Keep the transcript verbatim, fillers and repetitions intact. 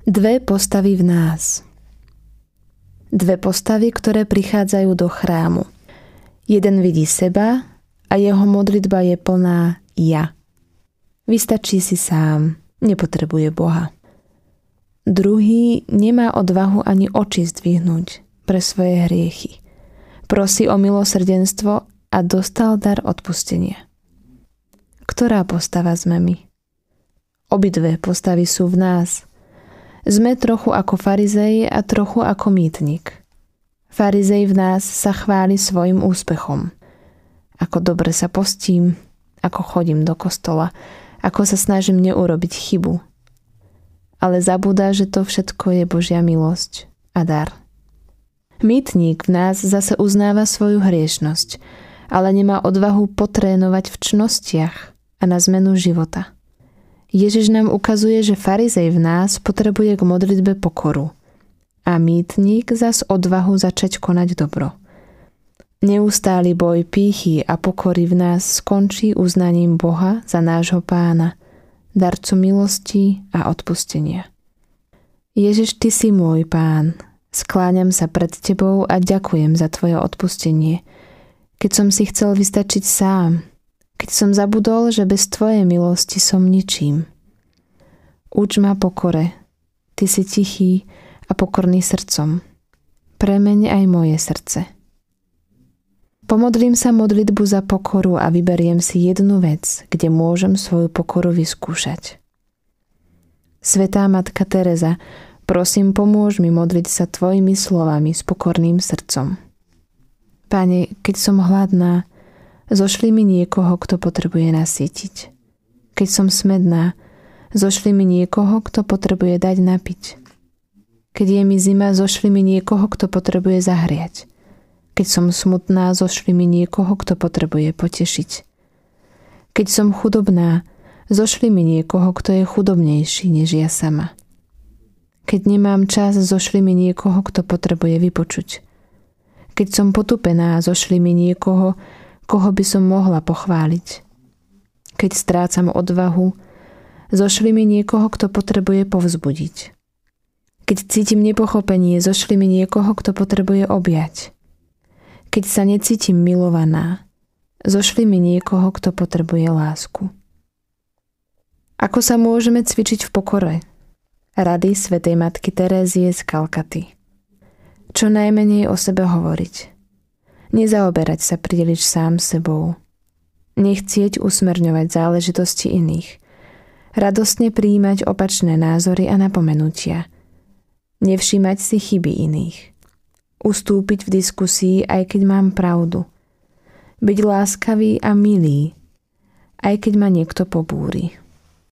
Dve postavy v nás. Dve postavy, ktoré prichádzajú do chrámu. Jeden vidí seba a jeho modlitba je plná ja. Vystačí si sám, nepotrebuje Boha. Druhý nemá odvahu ani oči zdvihnúť pre svoje hriechy. Prosí o milosrdenstvo a dostal dar odpustenia. Ktorá postava sme my? Obidve postavy sú v nás. Sme trochu ako farizej a trochu ako mýtnik. Farizej v nás sa chváli svojim úspechom. Ako dobre sa postím, ako chodím do kostola, ako sa snažím neurobiť chybu. Ale zabúda, že to všetko je Božia milosť a dar. Mýtnik v nás zase uznáva svoju hriešnosť, ale nemá odvahu potrénovať v čnostiach a na zmenu života. Ježiš nám ukazuje, že farizej v nás potrebuje k modlitbe pokoru a mýtnik zas odvahu začať konať dobro. Neustály boj pýchy a pokory v nás skončí uznaním Boha za nášho Pána, darcu milosti a odpustenia. Ježiš, Ty si môj Pán, skláňam sa pred Tebou a ďakujem za Tvoje odpustenie. Keď som si chcel vystačiť sám, keď som zabudol, že bez Tvojej milosti som ničím. Uč ma pokore, Ty si tichý a pokorný srdcom. Premeň aj moje srdce. Pomodlím sa modlitbu za pokoru a vyberiem si jednu vec, kde môžem svoju pokoru vyskúšať. Svätá Matka Tereza, prosím, pomôž mi modliť sa Tvojimi slovami s pokorným srdcom. Pane, keď som hladná, zošli mi niekoho, kto potrebuje nasýtiť. Keď som smedná, zošli mi niekoho, kto potrebuje dať napiť. Keď je mi zima, zošli mi niekoho, kto potrebuje zahriať. Keď som smutná, zošli mi niekoho, kto potrebuje potešiť. Keď som chudobná, zošli mi niekoho, kto je chudobnejší než ja sama. Keď nemám čas, zošli mi niekoho, kto potrebuje vypočuť. Keď som potupená, zošli mi niekoho, koho by som mohla pochváliť. Keď strácam odvahu, zošli mi niekoho, kto potrebuje povzbudiť. Keď cítim nepochopenie, zošli mi niekoho, kto potrebuje objať. Keď sa necítim milovaná, zošli mi niekoho, kto potrebuje lásku. Ako sa môžeme cvičiť v pokore? Rady svätej Matky Terézie z Kalkaty. Čo najmenej o sebe hovoriť. Nezaoberať sa príliš sám sebou. Nechcieť usmerňovať záležitosti iných. Radostne prijímať opačné názory a napomenutia. Nevšímať si chyby iných. Ustúpiť v diskusii, aj keď mám pravdu. Byť láskavý a milý, aj keď ma niekto pobúri.